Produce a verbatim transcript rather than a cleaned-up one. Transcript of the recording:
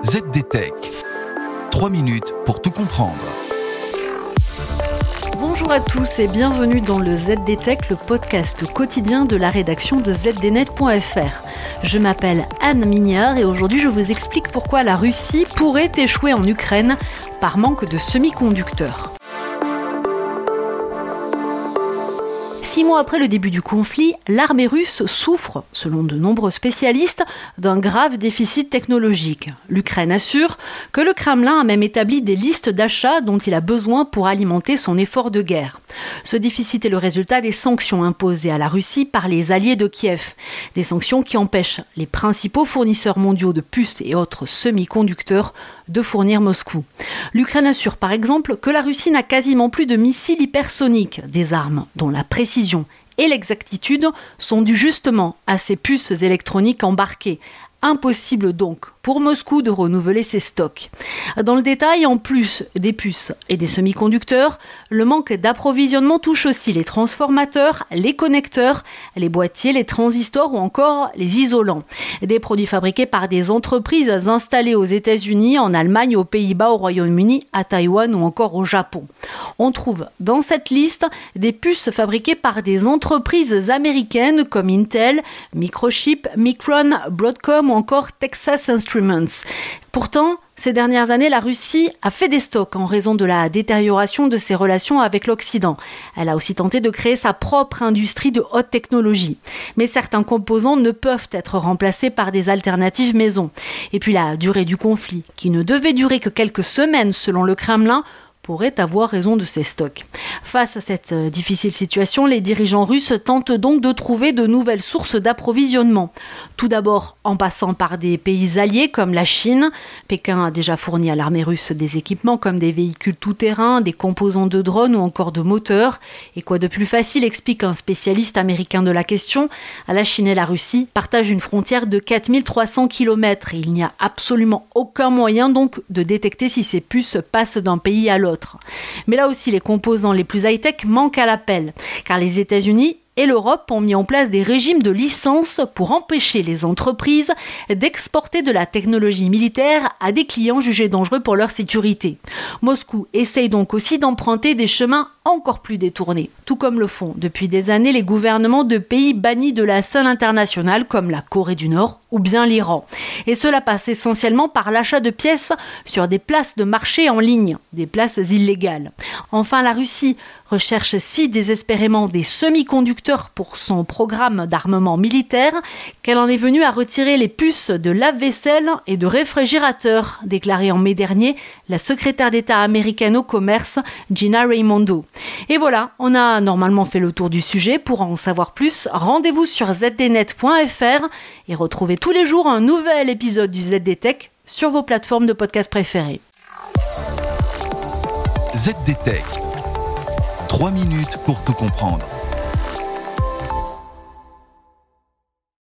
Z D Tech. trois minutes pour tout comprendre. Bonjour à tous et bienvenue dans le Z D Tech, le podcast quotidien de la rédaction de Z D net point F R. Je m'appelle Anne Mignard et aujourd'hui je vous explique pourquoi la Russie pourrait échouer en Ukraine par manque de semi-conducteurs. Six mois après le début du conflit, l'armée russe souffre, selon de nombreux spécialistes, d'un grave déficit technologique. L'Ukraine assure que le Kremlin a même établi des listes d'achats dont il a besoin pour alimenter son effort de guerre. Ce déficit est le résultat des sanctions imposées à la Russie par les alliés de Kiev. Des sanctions qui empêchent les principaux fournisseurs mondiaux de puces et autres semi-conducteurs de fournir Moscou. L'Ukraine assure par exemple que la Russie n'a quasiment plus de missiles hypersoniques, des armes dont la précision et l'exactitude sont dues justement à ces puces électroniques embarquées. Impossible donc pour Moscou de renouveler ses stocks. Dans le détail, en plus des puces et des semi-conducteurs, le manque d'approvisionnement touche aussi les transformateurs, les connecteurs, les boîtiers, les transistors ou encore les isolants. Des produits fabriqués par des entreprises installées aux États-Unis, en Allemagne, aux Pays-Bas, au Royaume-Uni, à Taïwan ou encore au Japon. On trouve dans cette liste des puces fabriquées par des entreprises américaines comme Intel, Microchip, Micron, Broadcom ou encore Texas Instruments. Pourtant, ces dernières années, la Russie a fait des stocks en raison de la détérioration de ses relations avec l'Occident. Elle a aussi tenté de créer sa propre industrie de haute technologie. Mais certains composants ne peuvent être remplacés par des alternatives maison. Et puis la durée du conflit, qui ne devait durer que quelques semaines selon le Kremlin, pourrait avoir raison de ces stocks. Face à cette difficile situation, les dirigeants russes tentent donc de trouver de nouvelles sources d'approvisionnement. Tout d'abord en passant par des pays alliés comme la Chine. Pékin a déjà fourni à l'armée russe des équipements comme des véhicules tout-terrain, des composants de drones ou encore de moteurs. Et quoi de plus facile, explique un spécialiste américain de la question, la Chine et la Russie partagent une frontière de quatre mille trois cents kilomètres et il n'y a absolument aucun moyen donc de détecter si ces puces passent d'un pays à l'autre. Mais là aussi, les composants les plus high-tech manquent à l'appel, car les États-Unis et l'Europe ont mis en place des régimes de licence pour empêcher les entreprises d'exporter de la technologie militaire à des clients jugés dangereux pour leur sécurité. Moscou essaye donc aussi d'emprunter des chemins encore plus détournés, tout comme le font depuis des années les gouvernements de pays bannis de la scène internationale comme la Corée du Nord ou bien l'Iran. Et cela passe essentiellement par l'achat de pièces sur des places de marché en ligne, des places illégales. Enfin, la Russie recherche si désespérément des semi-conducteurs pour son programme d'armement militaire qu'elle en est venue à retirer les puces de lave-vaisselle et de réfrigérateurs, déclaré en mai dernier la secrétaire d'État américaine au commerce, Gina Raimondo. Et voilà, on a normalement fait le tour du sujet. Pour en savoir plus, rendez-vous sur Z D net point F R et retrouvez tous les jours un nouvel épisode du Z D Tech sur vos plateformes de podcast préférées. Z D Tech. trois minutes pour tout comprendre.